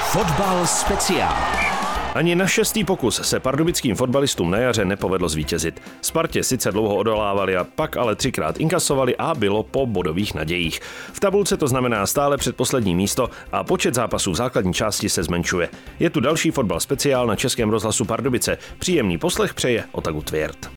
Fotbal speciál. Ani na 6. pokus se pardubickým fotbalistům na jaře nepovedlo zvítězit. Spartě sice dlouho odolávali a pak ale 3krát inkasovali a bylo po bodových nadějích. V tabulce to znamená stále předposlední místo a počet zápasů v základní části se zmenšuje. Je tu další fotbal speciál na Českém rozhlasu Pardubice. Příjemný poslech přeje Otagu Tvěrt.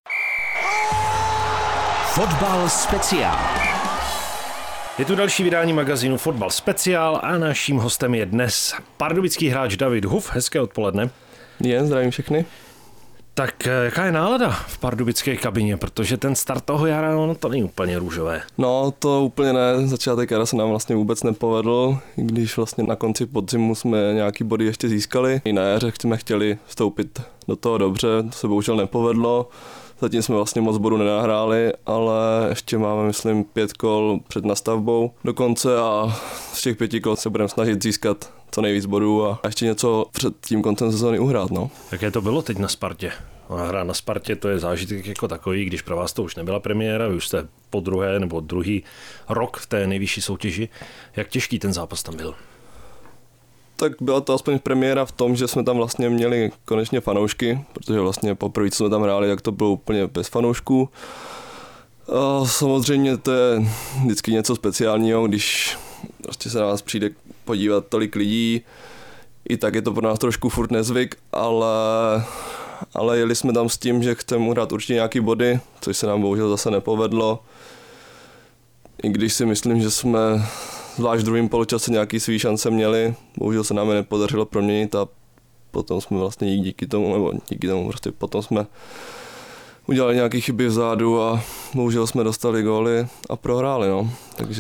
Fotbal speciál. Je tu další vydání magazínu Fotbal speciál a naším hostem je dnes pardubický hráč David Huf. Hezké odpoledne. Zdravím všechny. Tak jaká je nálada v pardubické kabině, protože ten start toho jara, no to není úplně růžové. No to úplně ne, začátek jara se nám vlastně vůbec nepovedl, i když vlastně na konci podzimu jsme nějaký body ještě získali. I na jaře jsme chtěli vstoupit do toho dobře, to se bohužel nepovedlo. Zatím jsme vlastně moc bodů nenahráli, ale ještě máme, myslím, 5 kol před nastavbou do konce a z těch 5 kol se budeme snažit získat co nejvíc bodů a ještě něco před tím koncem sezóny uhrát. No. Jaké to bylo teď na Spartě? Hra na Spartě, to je zážitek jako takový, když pro vás to už nebyla premiéra, vy už jste po druhé nebo druhý rok v té nejvyšší soutěži. Jak těžký ten zápas tam byl? Tak byla to aspoň premiéra v tom, že jsme tam vlastně měli konečně fanoušky, protože vlastně poprvé, co jsme tam hráli, tak to bylo úplně bez fanoušků. A samozřejmě to je vždycky něco speciálního, když prostě se na nás přijde podívat tolik lidí, i tak je to pro nás trošku furt nezvyk, ale jeli jsme tam s tím, že chceme uhrát určitě nějaký body, což se nám bohužel zase nepovedlo. I když si myslím, že jsme zvlášť v druhém poločase nějaký svý šance měli, bohužel se nám je nepodařilo proměnit a potom jsme vlastně díky tomu prostě potom jsme udělali nějaké chyby vzadu a bohužel jsme dostali góly a prohráli, no.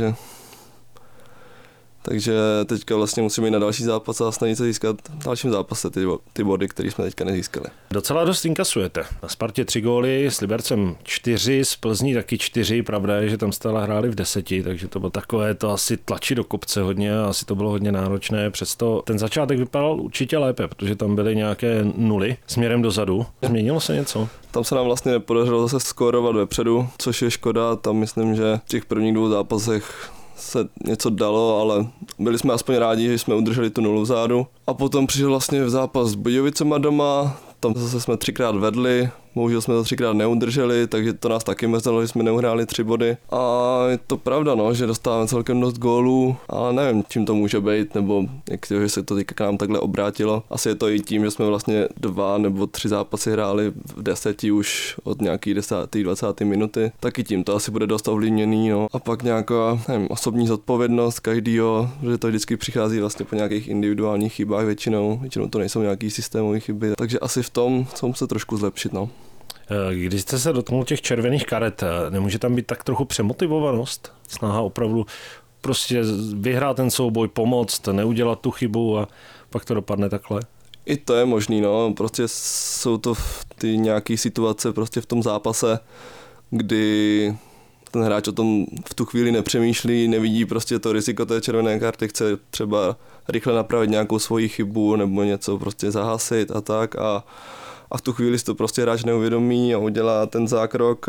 Takže teďka vlastně musíme jít na další zápas a snažit se získat v dalším zápase ty body, které jsme teďka nezískali. Docela dost inkasujete. Na Spartě 3 góly, s Libercem 4, z Plzní taky 4. Pravda je, že tam stále hráli v 10, takže to bylo takové, to asi tlačí do kopce hodně a asi to bylo hodně náročné. Přesto ten začátek vypadal určitě lépe, protože tam byly nějaké nuly směrem dozadu. Změnilo se něco? Tam se nám vlastně nepodařilo zase skórovat vepředu, což je škoda. Tam myslím, že v těch prvních 2 zápasech se něco dalo, ale byli jsme aspoň rádi, že jsme udrželi tu nulu vzadu. A potom přišel vlastně v zápas s Budějovicema doma, tam zase jsme 3krát vedli, bohužel jsme to 3krát neudrželi, takže to nás taky mrzelo, že jsme neuhráli 3 body. A je to pravda, no, že dostáváme celkem dost gólů, ale nevím, čím to může být, nebo že se to teďka k nám takhle obrátilo. Asi je to i tím, že jsme vlastně 2 nebo 3 zápasy hráli v 10 už od nějaký 10. 20. minuty. Taky tím to asi bude dost ovlivněný, no. A pak nějaká, nevím, osobní zodpovědnost každýho, že to vždycky přichází vlastně po nějakých individuálních chybách většinou to nejsou nějaký systémové chyby, takže asi v tom chceme se trošku zlepšit, no. Když jste se dotknul těch červených karet, nemůže tam být tak trochu přemotivovanost? Snaha opravdu prostě vyhrát ten souboj, pomoct, neudělat tu chybu a pak to dopadne takhle? I to je možný, no. Prostě jsou to ty nějaké situace prostě v tom zápase, kdy ten hráč o tom v tu chvíli nepřemýšlí, nevidí prostě to riziko té červené karty, chce třeba rychle napravit nějakou svoji chybu nebo něco prostě zahasit a tak a v tu chvíli si to prostě hráč neuvědomí a udělá ten zákrok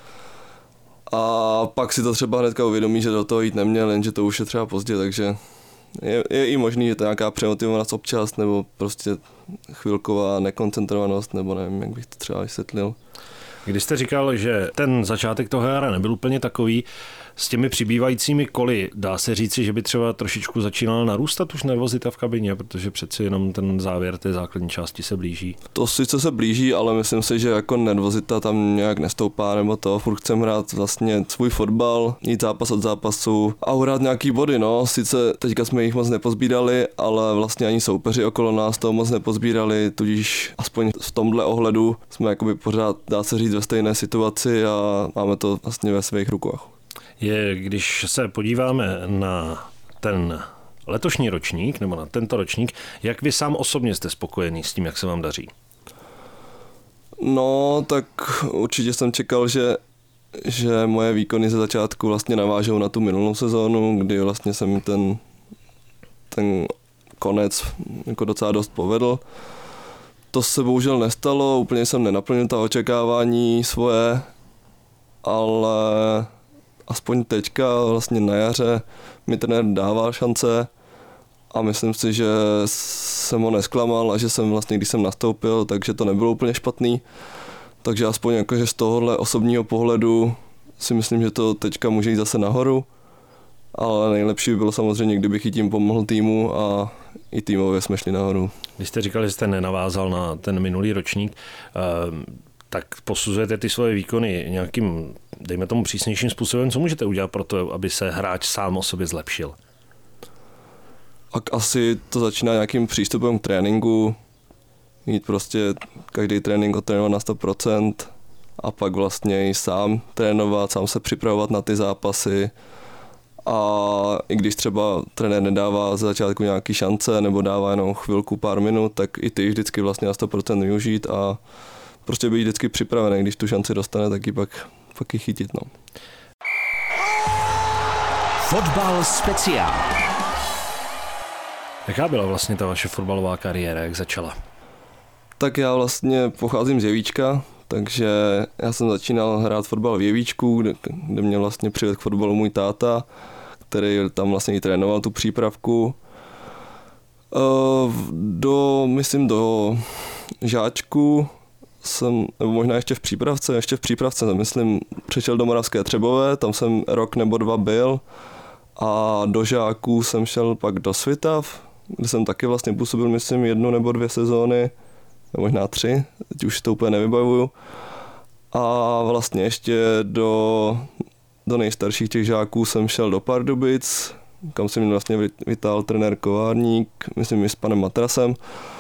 a pak si to třeba hnedka uvědomí, že do toho jít neměl, jenže to už je třeba pozdě, takže je i možný, že to je nějaká přemotivovanost občas nebo prostě chvilková nekoncentrovanost, nebo nevím, jak bych to třeba vysvětlil. Když jste říkal, že ten začátek toho jara nebyl úplně takový, s těmi přibývajícími koly, dá se říci, že by třeba trošičku začínala narůstat už nervozita v kabině, protože přeci jenom ten závěr té základní části se blíží. To sice se blíží, ale myslím si, že jako nervozita tam nějak nestoupá, nebo to furt chcem hrát vlastně svůj fotbal, jít zápas od zápasu a uhrát nějaký body, no. Sice teďka jsme jich moc nepozbírali, ale vlastně ani soupeři okolo nás toho moc nepozbírali, tudíž aspoň v tomhle ohledu jsme jakoby pořád, dá se říct, ve stejné situaci a máme to vlastně ve svých rukách. Když se podíváme na ten letošní ročník, nebo na tento ročník, jak vy sám osobně jste spokojený s tím, jak se vám daří? No, tak určitě jsem čekal, že moje výkony ze začátku vlastně navážou na tu minulou sezónu, kdy vlastně jsem ten konec jako docela dost povedl. To se bohužel nestalo, úplně jsem nenaplnil ta očekávání svoje, ale aspoň teďka vlastně na jaře mi trenér dával šance a myslím si, že jsem ho nesklamal a že jsem vlastně, když jsem nastoupil, takže to nebylo úplně špatný. Takže aspoň jakože z tohohle osobního pohledu si myslím, že to teďka může jít zase nahoru. Ale nejlepší by bylo samozřejmě, kdybych i tím pomohl týmu a i týmově jsme šli nahoru. Když jste říkali, že jste nenavázal na ten minulý ročník, tak posuzujete ty svoje výkony nějakým, dejme tomu, přísnějším způsobem. Co můžete udělat pro to, aby se hráč sám o sobě zlepšil? A asi to začíná nějakým přístupem k tréninku, jít prostě každý trénink otrénovat na 100% a pak vlastně i sám trénovat, sám se připravovat na ty zápasy. A i když třeba trenér nedává za začátku nějaký šance nebo dává jenom chvilku, pár minut, tak i ty vždycky vlastně na 100% využít a prostě být vždycky připravený, když tu šanci dostane, tak ji pak ji chytit. No. Fotbal speciál. Jaká byla vlastně ta vaše fotbalová kariéra, jak začala? Tak já vlastně pocházím z Jevíčka, takže já jsem začínal hrát fotbal v Jevíčku, kde mě vlastně přivedl k fotbalu můj táta, který tam vlastně i trénoval tu přípravku. Myslím do žáčku jsem, nebo možná ještě v přípravce jsem, myslím, přešel do Moravské Třebové, tam jsem rok nebo 2 byl a do žáků jsem šel pak do Svitav, kde jsem taky vlastně působil, myslím, 1 nebo 2 sezóny, možná 3, teď už to úplně nevybavuju. A vlastně ještě do nejstarších těch žáků jsem šel do Pardubic, kam se mě vlastně vytáhl trenér Kovárník, myslím i s panem Matrasem,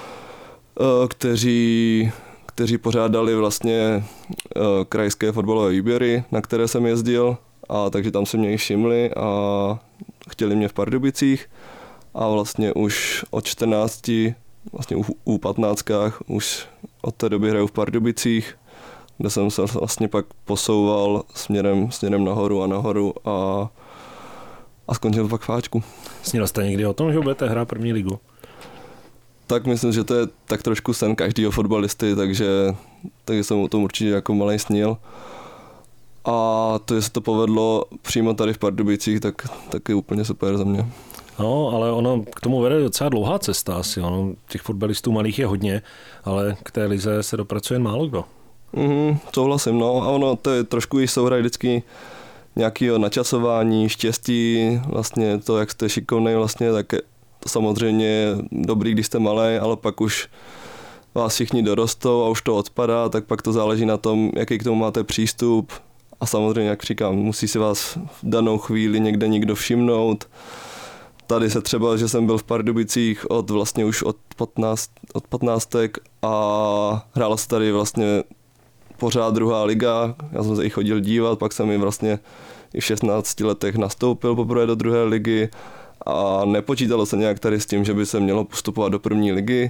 kteří pořádali vlastně krajské fotbalové výběry, na které jsem jezdil, a takže tam se mě i všimli a chtěli mě v Pardubicích a vlastně už od 14, vlastně u 15 už od té doby hraju v Pardubicích, kde jsem se vlastně pak posouval směrem nahoru a skončil pak v Ačku. Snil jste někdy o tom, že budete hrát první ligu? Tak myslím, že to je tak trošku sen každého fotbalisty, takže jsem o tom určitě jako malej snil. A to, že se to povedlo přímo tady v Pardubicích, tak je úplně super za mě. No, ale ono k tomu vede docela dlouhá cesta asi. Ono, těch fotbalistů malých je hodně, ale k té lize se dopracuje málo kdo. Souhlasím, no. A ono to je trošku i souhra vždycky nějakého načasování, štěstí, vlastně to, jak jste šikovnej vlastně, tak je to samozřejmě dobrý, když jste malej, ale pak už vás všichni dorostou a už to odpadá, tak pak to záleží na tom, jaký k tomu máte přístup. A samozřejmě, jak říkám, musí si vás v danou chvíli někde někdo všimnout. Tady se třeba, že jsem byl v Pardubicích vlastně už od 15 a hrála se tady vlastně pořád druhá liga. Já jsem se i chodil dívat, pak jsem i vlastně i v 16 letech nastoupil poprvé do druhé ligy a nepočítalo se nějak tady s tím, že by se mělo postupovat do první ligy.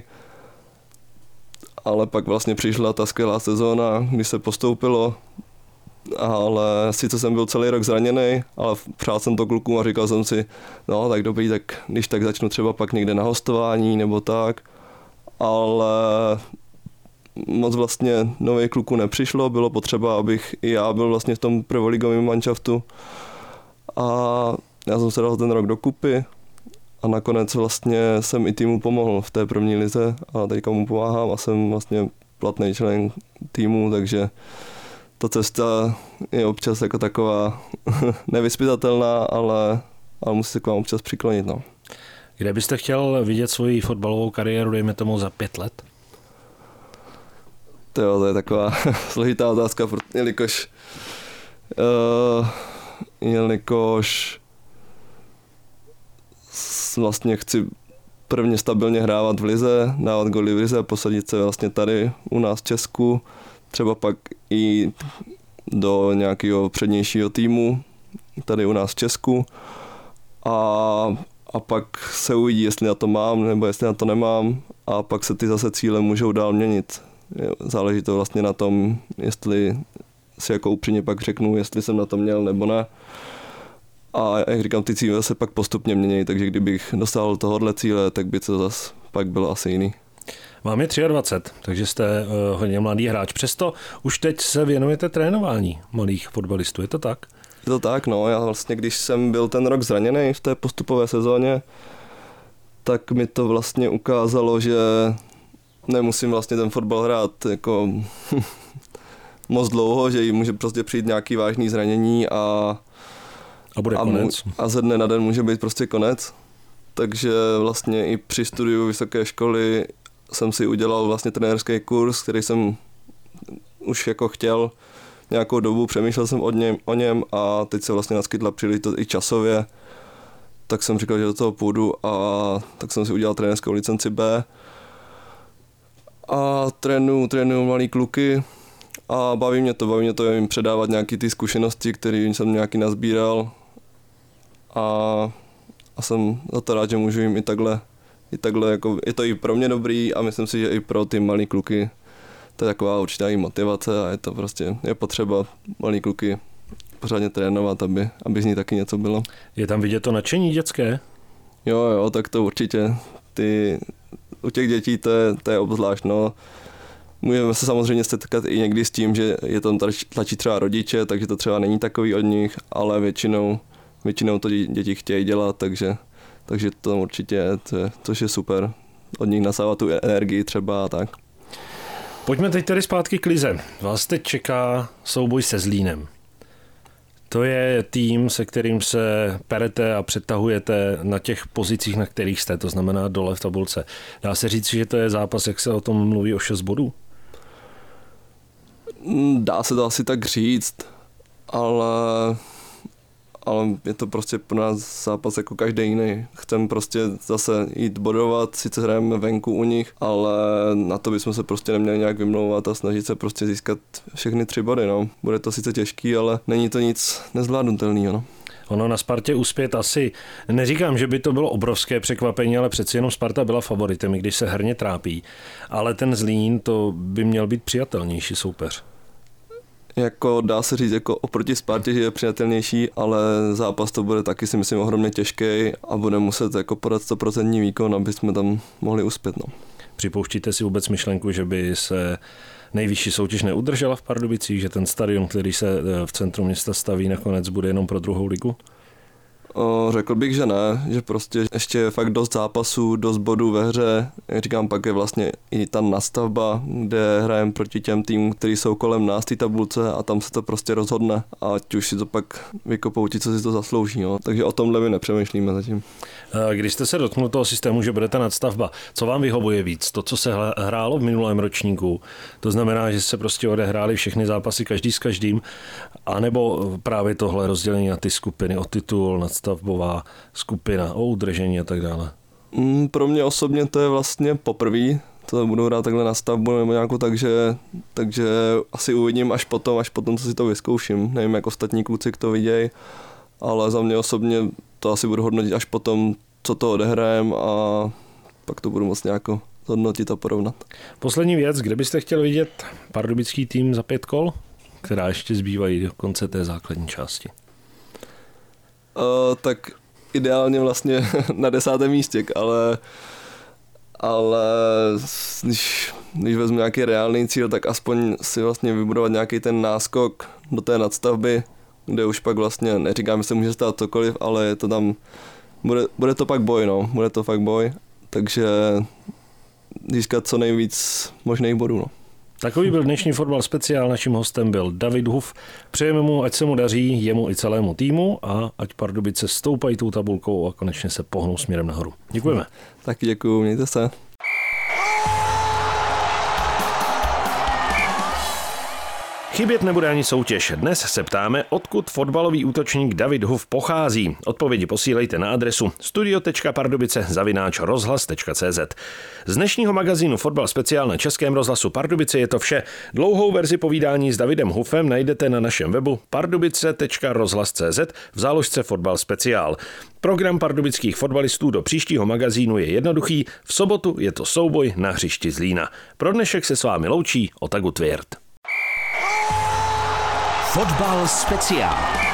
Ale pak vlastně přišla ta skvělá sezóna, kdy se postoupilo, ale sice jsem byl celý rok zraněný, ale přál jsem to klukům a říkal jsem si, no tak dobrý, tak když tak začnu třeba pak někde na hostování nebo tak, ale moc vlastně nových kluků nepřišlo, bylo potřeba, abych i já byl vlastně v tom prvoligovém manšaftu a já jsem se dal ten rok dokupy a nakonec vlastně jsem i týmu pomohl v té první lize a teďka mu pomáhám a jsem vlastně platný člen týmu, takže ta cesta je občas jako taková nevyzpytatelná, ale musí se k vám občas přiklonit. No. Kde byste chtěl vidět svoji fotbalovou kariéru, dejme tomu, za 5 let? To je taková složitá otázka, jelikož vlastně chci prvně stabilně hrávat v lize, dávat goly v lize, posadit se vlastně tady u nás v Česku, třeba pak i do nějakého přednějšího týmu tady u nás v Česku a pak se uvidí, jestli na to mám nebo jestli na to nemám a pak se ty zase cíle můžou dál měnit. Záleží to vlastně na tom, jestli si jako upřímně pak řeknu, jestli jsem na to měl nebo ne. A jak říkám, ty cíle se pak postupně mění, takže kdybych dosáhl tohohle cíle, tak by to zase pak bylo asi jiný. Vám je 23, takže jste hodně mladý hráč. Přesto už teď se věnujete trénování malých fotbalistů, je to tak? Je to tak, no. Já vlastně, když jsem byl ten rok zraněný v té postupové sezóně, tak jsem vlastně tak mi to vlastně ukázalo, že nemusím vlastně ten fotbal hrát jako moc dlouho, že jí může prostě přijít nějaký vážný zranění a bude konec. A ze dne na den může být prostě konec. Takže vlastně i při studiu vysoké školy jsem si udělal vlastně trenérský kurz, který jsem už jako chtěl nějakou dobu, přemýšlel jsem o něm a teď se vlastně naskytla příležitost i časově, tak jsem říkal, že do toho půjdu a tak jsem si udělal trenérskou licenci B a trénuju malý kluky a baví mě to jim předávat nějaký ty zkušenosti, které jsem nějaký nazbíral a jsem za to rád, že můžu jim i takhle jako, je to i pro mě dobrý a myslím si, že i pro ty malý kluky to je taková určitá i motivace a je to prostě, je potřeba malý kluky pořádně trénovat, aby z ní taky něco bylo. Je tam vidět to nadšení dětské? Jo, tak to určitě. U těch dětí to je obzvlášť, no. Můžeme se samozřejmě setkat i někdy s tím, že je tam tlačí třeba rodiče, takže to třeba není takový od nich, ale většinou to děti chtějí dělat, takže to určitě je, což je super. Od nich nasávat tu energii třeba a tak. Pojďme teď tedy zpátky k lize. Vás teď čeká souboj se Zlínem. To je tým, se kterým se perete a přetahujete na těch pozicích, na kterých jste, to znamená dole v tabulce. Dá se říct, že to je zápas, jak se o tom mluví, o 6 bodů? Dá se to asi tak říct, ale je to prostě pro nás zápas jako každý jiný. Chceme prostě zase jít bodovat, sice hrajeme venku u nich, ale na to bychom se prostě neměli nějak vymlouvat a snažit se prostě získat všechny 3 body. No. Bude to sice těžký, ale není to nic nezvládnutelného. No. Ono na Spartě uspět asi, neříkám, že by to bylo obrovské překvapení, ale přeci jenom Sparta byla favoritem, i když se herně trápí. Ale ten Zlín, to by měl být přijatelnější soupeř. Jako dá se říct jako oproti Spartě, že je přijatelnější, ale zápas to bude taky si myslím ohromně těžký a bude muset jako podat 100% výkon, aby jsme tam mohli uspět. No. Připouštíte si vůbec myšlenku, že by se nejvyšší soutěž neudržela v Pardubicích, že ten stadion, který se v centru města staví, nakonec bude jenom pro 2. ligu? Řekl bych, že ne, že prostě ještě je fakt dost zápasů, dost bodů ve hře. Jak říkám, pak je vlastně i ta nastavba, kde hrajeme proti těm týmům, kteří jsou kolem nás té tabulce a tam se to prostě rozhodne. A ať už si to pak vykopou ti, co si to zaslouží. Jo. Takže o tomhle my nepřemýšlíme zatím. Když jste se dotknul toho systému, že bude ta nadstavba, co vám vyhovuje víc? To, co se hrálo v minulém ročníku, to znamená, že se prostě odehrály všechny zápasy každý s každým, anebo právě tohle rozdělení na ty skupiny, o titul, nadstavbová skupina, o udržení a tak dále? Pro mě osobně to je vlastně poprvé, to budu hrát takhle na stavbu nebo nějakou, takže asi uvidím až potom, co si to vyzkouším. Nevím, jak ostatní kluci to vidějí, ale za mě osobně to asi budu hodnotit až potom, co to odehrajem a pak to budu moct nějak zhodnotit a porovnat. Poslední věc, kde byste chtěl vidět pardubický tým za 5 kol, která ještě zbývají do konce té základní části? Tak ideálně vlastně na 10. místě, ale když vezmu nějaký reálný cíl, tak aspoň si vlastně vybudovat nějaký ten náskok do té nadstavby, kde už pak vlastně, neříkám, že se může stát cokoliv, ale je to tam, bude to pak boj, no, bude to fakt boj, takže získat co nejvíc možných bodů, no. Takový byl dnešní Fotbal speciál, naším hostem byl David Huf. Přejeme mu, ať se mu daří, jemu i celému týmu a ať Pardubice stoupají tou tabulkou a konečně se pohnou směrem nahoru. Děkujeme. Taky děkuju, mějte se. Chybět nebude ani soutěž. Dnes se ptáme, odkud fotbalový útočník David Huf pochází. Odpovědi posílejte na adresu studio.pardubice@rozhlas.cz. Z dnešního magazínu Fotbal speciál na Českém rozhlasu Pardubice je to vše. Dlouhou verzi povídání s Davidem Hufem najdete na našem webu pardubice.rozhlas.cz v záložce Fotbal speciál. Program pardubických fotbalistů do příštího magazínu je jednoduchý. V sobotu je to souboj na hřišti Zlína. Pro dnešek se s vámi loučí Ota Gutwirth. Fotbal speciál.